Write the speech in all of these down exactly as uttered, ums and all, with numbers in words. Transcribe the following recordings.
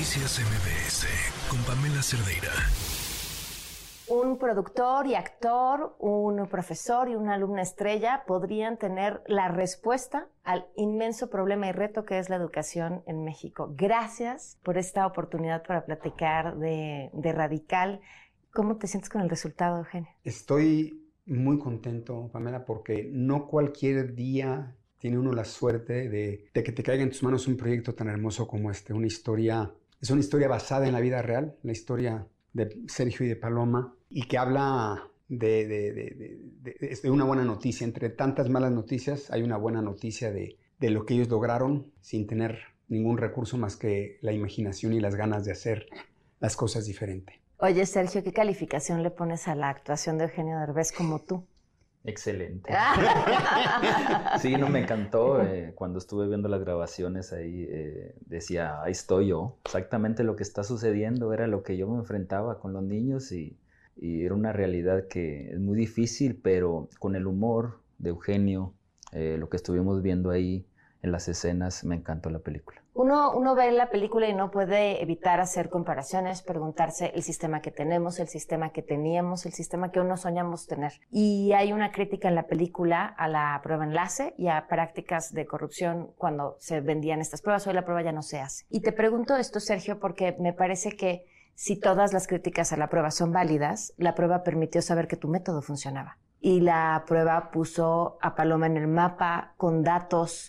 Noticias M B S con Pamela Cerdeira. Un productor y actor, un profesor y una alumna estrella podrían tener la respuesta al inmenso problema y reto que es la educación en México. Gracias por esta oportunidad para platicar de, de Radical. ¿Cómo te sientes con el resultado, Eugenio? Estoy muy contento, Pamela, porque no cualquier día tiene uno la suerte de, de que te caiga en tus manos un proyecto tan hermoso como este. Una historia, es una historia basada en la vida real, la historia de Sergio y de Paloma, y que habla de, de, de, de, de, de una buena noticia. Entre tantas malas noticias hay una buena noticia de, de lo que ellos lograron sin tener ningún recurso más que la imaginación y las ganas de hacer las cosas diferente. Oye, Sergio, ¿qué calificación le pones a la actuación de Eugenio Derbez como tú? Excelente. Sí, no, me encantó. Eh, cuando estuve viendo las grabaciones ahí, eh, decía, ahí estoy yo. Exactamente lo que está sucediendo era lo que yo me enfrentaba con los niños y, y era una realidad que es muy difícil, pero con el humor de Eugenio, eh, lo que estuvimos viendo ahí en las escenas, me encantó la película. Uno, uno ve la película y no puede evitar hacer comparaciones, preguntarse el sistema que tenemos, el sistema que teníamos, el sistema que aún no soñamos tener. Y hay una crítica en la película a la prueba enlace y a prácticas de corrupción cuando se vendían estas pruebas. Hoy la prueba ya no se hace. Y te pregunto esto, Sergio, porque me parece que si todas las críticas a la prueba son válidas, la prueba permitió saber que tu método funcionaba. Y la prueba puso a Paloma en el mapa con datos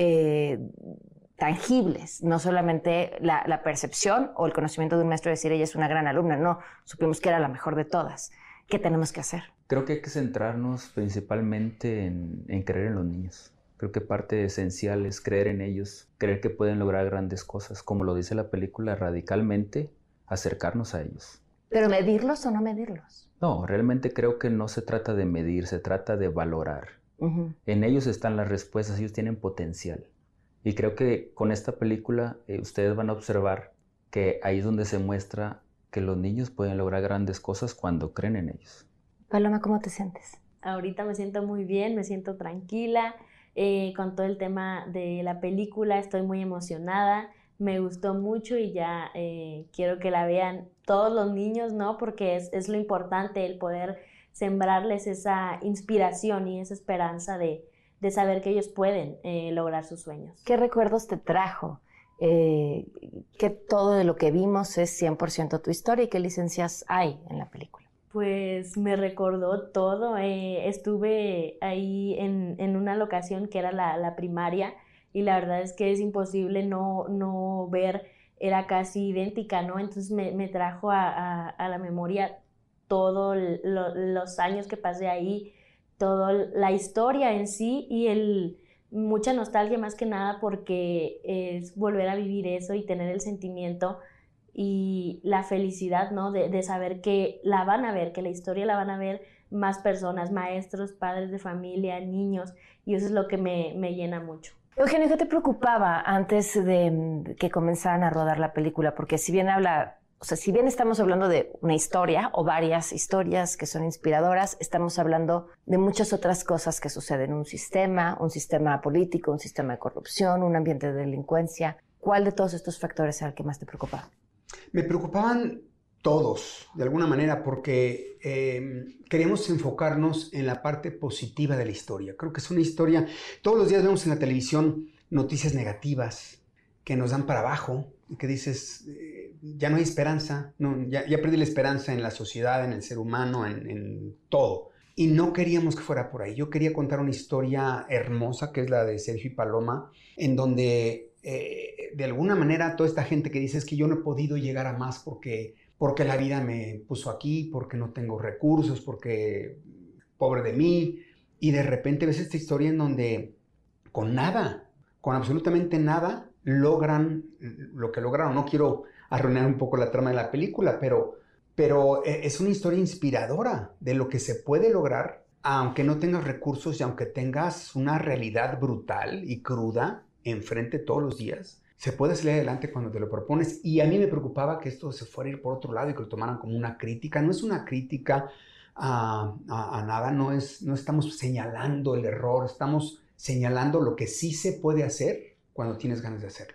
Eh, tangibles, no solamente la, la percepción o el conocimiento de un maestro de decir ella es una gran alumna, no, supimos que era la mejor de todas. ¿Qué tenemos que hacer? Creo que hay que centrarnos principalmente en, en creer en los niños. Creo que parte esencial es creer en ellos, creer que pueden lograr grandes cosas, como lo dice la película, radicalmente acercarnos a ellos. ¿Pero medirlos o no medirlos? No, realmente creo que no se trata de medir, se trata de valorar. Uh-huh. En ellos están las respuestas, ellos tienen potencial. Y creo que con esta película eh, ustedes van a observar que ahí es donde se muestra que los niños pueden lograr grandes cosas cuando creen en ellos. Paloma, ¿cómo te sientes? Ahorita me siento muy bien, me siento tranquila eh, con todo el tema de la película, estoy muy emocionada, me gustó mucho y ya eh, quiero que la vean todos los niños, ¿no? Porque es, es lo importante, el poder sembrarles esa inspiración y esa esperanza de, de saber que ellos pueden eh, lograr sus sueños. ¿Qué recuerdos te trajo? Eh, que todo de lo que vimos es cien por ciento tu historia y qué licencias hay en la película. Pues me recordó todo. Eh, estuve ahí en, en una locación que era la, la primaria y la verdad es que es imposible no, no ver, era casi idéntica, ¿no? Entonces me, me trajo a, a, a la memoria todos lo, los años que pasé ahí, toda la historia en sí y el, mucha nostalgia más que nada porque es volver a vivir eso y tener el sentimiento y la felicidad, ¿no? de, de saber que la van a ver, que la historia la van a ver más personas, maestros, padres de familia, niños, y eso es lo que me, me llena mucho. Eugenio, ¿qué te preocupaba antes de que comenzaran a rodar la película? Porque si bien habla... O sea, si bien estamos hablando de una historia o varias historias que son inspiradoras, estamos hablando de muchas otras cosas que suceden. Un sistema, un sistema político, un sistema de corrupción, un ambiente de delincuencia. ¿Cuál de todos estos factores era el que más te preocupaba? Me preocupaban todos, de alguna manera, porque eh, queríamos enfocarnos en la parte positiva de la historia. Creo que es una historia... Todos los días vemos en la televisión noticias negativas que nos dan para abajo, y que dices, eh, ya no hay esperanza, no, ya, ya perdí la esperanza en la sociedad, en el ser humano, en, en todo. Y no queríamos que fuera por ahí. Yo quería contar una historia hermosa, que es la de Sergio y Paloma, en donde eh, de alguna manera toda esta gente que dice es que yo no he podido llegar a más porque, porque la vida me puso aquí, porque no tengo recursos, porque pobre de mí. Y de repente ves esta historia en donde con nada, con absolutamente nada, logran lo que lograron. No quiero arruinar un poco la trama de la película, pero, pero es una historia inspiradora de lo que se puede lograr, aunque no tengas recursos y aunque tengas una realidad brutal y cruda enfrente todos los días. Se puede salir adelante cuando te lo propones. Y a mí me preocupaba que esto se fuera a ir por otro lado y que lo tomaran como una crítica. No es una crítica a, a, a nada, no, es, no estamos señalando el error, estamos señalando lo que sí se puede hacer cuando tienes ganas de hacerlo.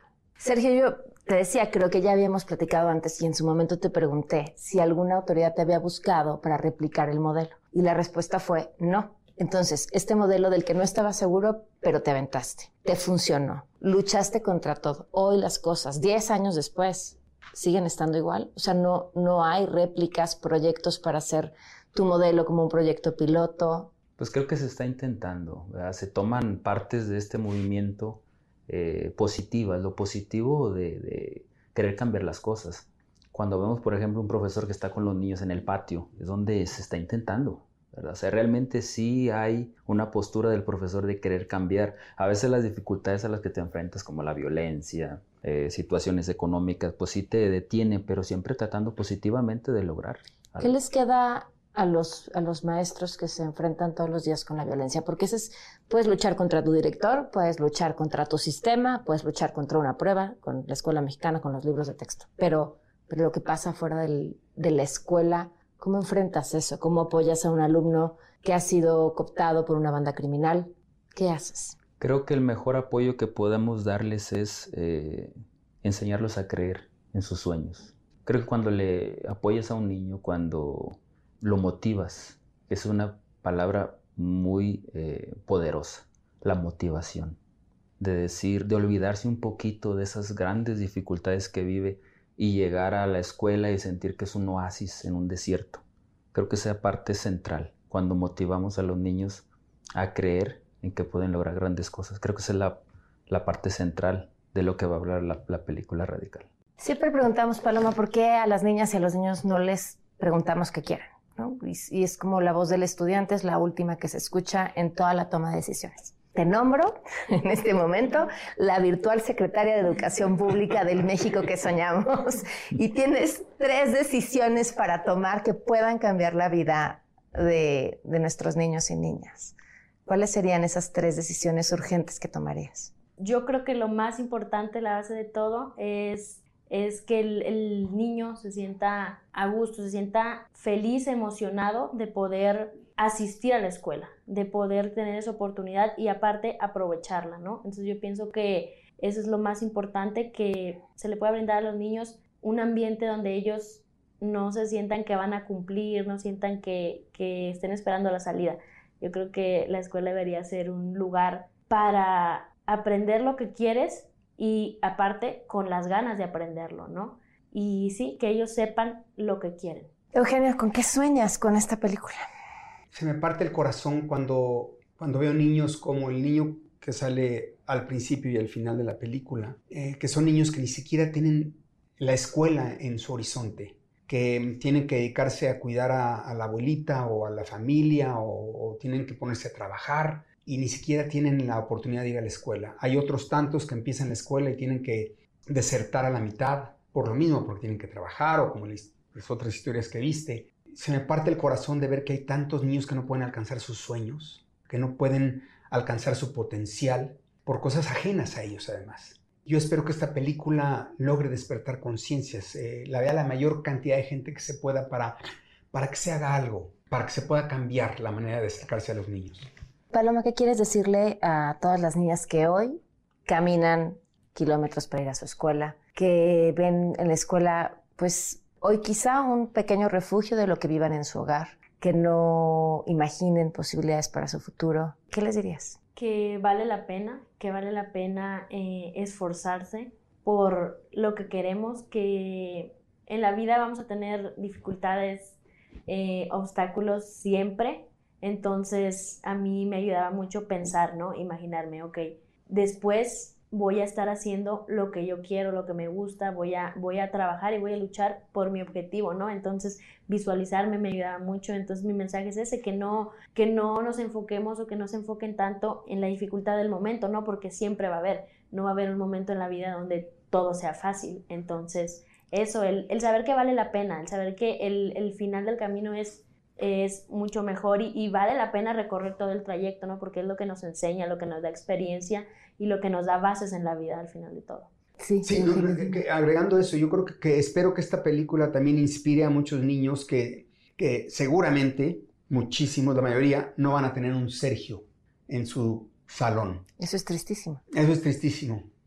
Sergio, yo te decía, creo que ya habíamos platicado antes y en su momento te pregunté si alguna autoridad te había buscado para replicar el modelo. Y la respuesta fue no. Entonces, este modelo del que no estabas seguro, pero te aventaste. Te funcionó. Luchaste contra todo. Hoy las cosas, diez años después, siguen estando igual. O sea, no, no hay réplicas, proyectos para hacer tu modelo como un proyecto piloto. Pues creo que se está intentando, ¿verdad? Se toman partes de este movimiento eh, positivas, lo positivo de, de querer cambiar las cosas. Cuando vemos, por ejemplo, un profesor que está con los niños en el patio, es donde se está intentando, ¿verdad? O sea, realmente sí hay una postura del profesor de querer cambiar. A veces las dificultades a las que te enfrentas, como la violencia, eh, situaciones económicas, pues sí te detienen, pero siempre tratando positivamente de lograr algo. ¿Qué les queda a los, a los maestros que se enfrentan todos los días con la violencia? Porque ese es, puedes luchar contra tu director, puedes luchar contra tu sistema, puedes luchar contra una prueba, con la escuela mexicana, con los libros de texto. Pero, pero lo que pasa fuera del, de la escuela, ¿cómo enfrentas eso? ¿Cómo apoyas a un alumno que ha sido cooptado por una banda criminal? ¿Qué haces? Creo que el mejor apoyo que podemos darles es eh, enseñarlos a creer en sus sueños. Creo que cuando le apoyas a un niño, cuando lo motivas, que es una palabra muy eh, poderosa, la motivación, de decir, de olvidarse un poquito de esas grandes dificultades que vive y llegar a la escuela y sentir que es un oasis en un desierto. Creo que esa parte es central, cuando motivamos a los niños a creer en que pueden lograr grandes cosas. Creo que esa es la, la parte central de lo que va a hablar la, la película Radical. Siempre preguntamos, Paloma, ¿por qué a las niñas y a los niños no les preguntamos qué quieren? ¿No? Y, y es como la voz del estudiante, es la última que se escucha en toda la toma de decisiones. Te nombro en este momento la virtual secretaria de Educación Pública del México que soñamos y tienes tres decisiones para tomar que puedan cambiar la vida de, de nuestros niños y niñas. ¿Cuáles serían esas tres decisiones urgentes que tomarías? Yo creo que lo más importante, la base de todo, es es que el, el niño se sienta a gusto, se sienta feliz, emocionado de poder asistir a la escuela, de poder tener esa oportunidad y aparte aprovecharla, ¿no? Entonces yo pienso que eso es lo más importante, que se le pueda brindar a los niños un ambiente donde ellos no se sientan que van a cumplir, no sientan que, que estén esperando la salida. Yo creo que la escuela debería ser un lugar para aprender lo que quieres y aparte con las ganas de aprenderlo, ¿no? Y sí, que ellos sepan lo que quieren. Eugenio, ¿con qué sueñas con esta película? Se me parte el corazón cuando, cuando veo niños como el niño que sale al principio y al final de la película, eh, que son niños que ni siquiera tienen la escuela en su horizonte, que tienen que dedicarse a cuidar a, a la abuelita o a la familia o, o tienen que ponerse a trabajar y ni siquiera tienen la oportunidad de ir a la escuela. Hay otros tantos que empiezan la escuela y tienen que desertar a la mitad por lo mismo, porque tienen que trabajar o como las, las otras historias que viste. Se me parte el corazón de ver que hay tantos niños que no pueden alcanzar sus sueños, que no pueden alcanzar su potencial por cosas ajenas a ellos además. Yo espero que esta película logre despertar conciencias, eh, la vea la mayor cantidad de gente que se pueda para, para que se haga algo, para que se pueda cambiar la manera de acercarse a los niños. Paloma, ¿qué quieres decirle a todas las niñas que hoy caminan kilómetros para ir a su escuela, que ven en la escuela, pues hoy quizá un pequeño refugio de lo que vivan en su hogar, que no imaginen posibilidades para su futuro? ¿Qué les dirías? Que vale la pena, que vale la pena eh, esforzarse por lo que queremos, que en la vida vamos a tener dificultades, eh, obstáculos siempre. Entonces a mí me ayudaba mucho pensar, ¿no? Imaginarme, ok, después voy a estar haciendo lo que yo quiero, lo que me gusta, voy a, voy a trabajar y voy a luchar por mi objetivo, ¿no? Entonces visualizarme me ayudaba mucho. Entonces mi mensaje es ese, que no, que no nos enfoquemos o que no se enfoquen tanto en la dificultad del momento, ¿no? Porque siempre va a haber, no va a haber un momento en la vida donde todo sea fácil. Entonces eso, el, el saber que vale la pena, el saber que el, el final del camino es es mucho mejor y, y vale la pena recorrer todo el trayecto, ¿no? Porque es lo que nos enseña, lo que nos da experiencia y lo que nos da bases en la vida al final de todo. Sí, sí, no, que, que, agregando eso, yo creo que, que espero que esta película también inspire a muchos niños que, que seguramente, muchísimos, la mayoría, no van a tener un Sergio en su salón. Eso es tristísimo. Eso es tristísimo.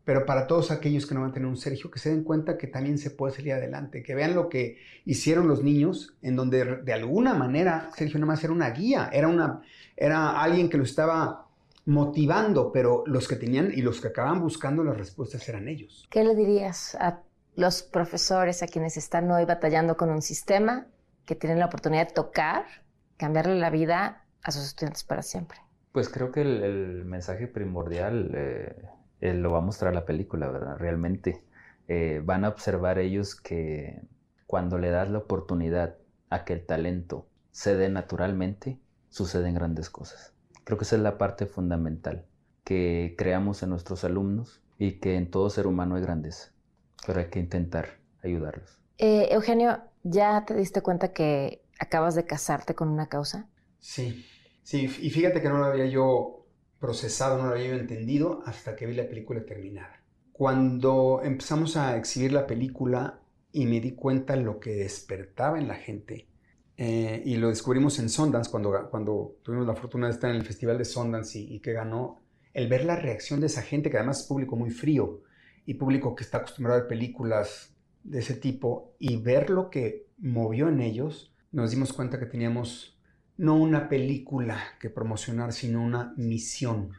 pero para todos aquellos que no van a tener un Sergio, que se den cuenta que también se puede salir adelante, que vean lo que hicieron los niños, en donde de alguna manera Sergio nada más era una guía, era, una, era alguien que lo estaba motivando, pero los que tenían y los que acababan buscando las respuestas eran ellos. ¿Qué le dirías a los profesores, a quienes están hoy batallando con un sistema que tienen la oportunidad de tocar, cambiarle la vida a sus estudiantes para siempre? Pues creo que el, el mensaje primordial eh, eh, lo va a mostrar la película, ¿verdad? Realmente eh, van a observar ellos que cuando le das la oportunidad a que el talento se dé naturalmente, suceden grandes cosas. Creo que esa es la parte fundamental, que creamos en nuestros alumnos y que en todo ser humano hay grandeza, pero hay que intentar ayudarlos. Eh, Eugenio, ¿ya te diste cuenta que acabas de casarte con una causa? Sí, sí, y fíjate que no lo había yo procesado, no lo había yo entendido hasta que vi la película terminada. Cuando empezamos a exhibir la película y me di cuenta lo que despertaba en la gente, eh, y lo descubrimos en Sundance, cuando, cuando tuvimos la fortuna de estar en el Festival de Sundance y, y que ganó, el ver la reacción de esa gente, que además es público muy frío y público que está acostumbrado a ver películas de ese tipo, y ver lo que movió en ellos, nos dimos cuenta que teníamos no una película que promocionar, sino una misión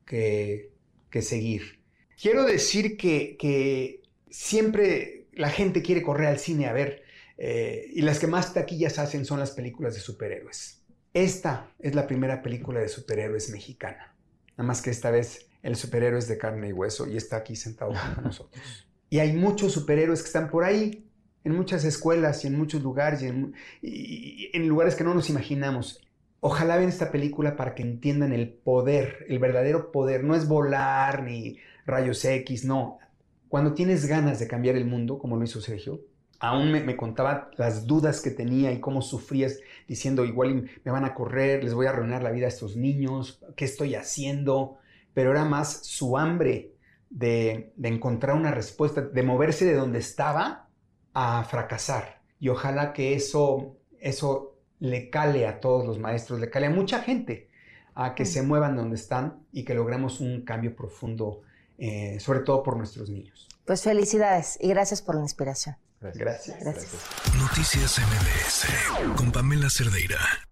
que, que seguir. Quiero decir que, que siempre la gente quiere correr al cine a ver, eh, y las que más taquillas hacen son las películas de superhéroes. Esta es la primera película de superhéroes mexicana, nada más que esta vez el superhéroe es de carne y hueso y está aquí sentado junto a nosotros. Y hay muchos superhéroes que están por ahí, en muchas escuelas y en muchos lugares y en, y, y en lugares que no nos imaginamos. Ojalá vean esta película para que entiendan el poder, el verdadero poder. No es volar ni rayos X, no. Cuando tienes ganas de cambiar el mundo, como lo hizo Sergio, aún me, me contaba las dudas que tenía y cómo sufrías diciendo igual me van a correr, les voy a arruinar la vida a estos niños, ¿qué estoy haciendo? Pero era más su hambre de, de encontrar una respuesta, de moverse de donde estaba a fracasar. Y ojalá que eso, eso le cale a todos los maestros, le cale a mucha gente a que se muevan donde están y que logremos un cambio profundo, eh, sobre todo por nuestros niños. Pues felicidades y gracias por la inspiración. Gracias. Gracias. Gracias. Noticias M B S con Pamela Cerdeira.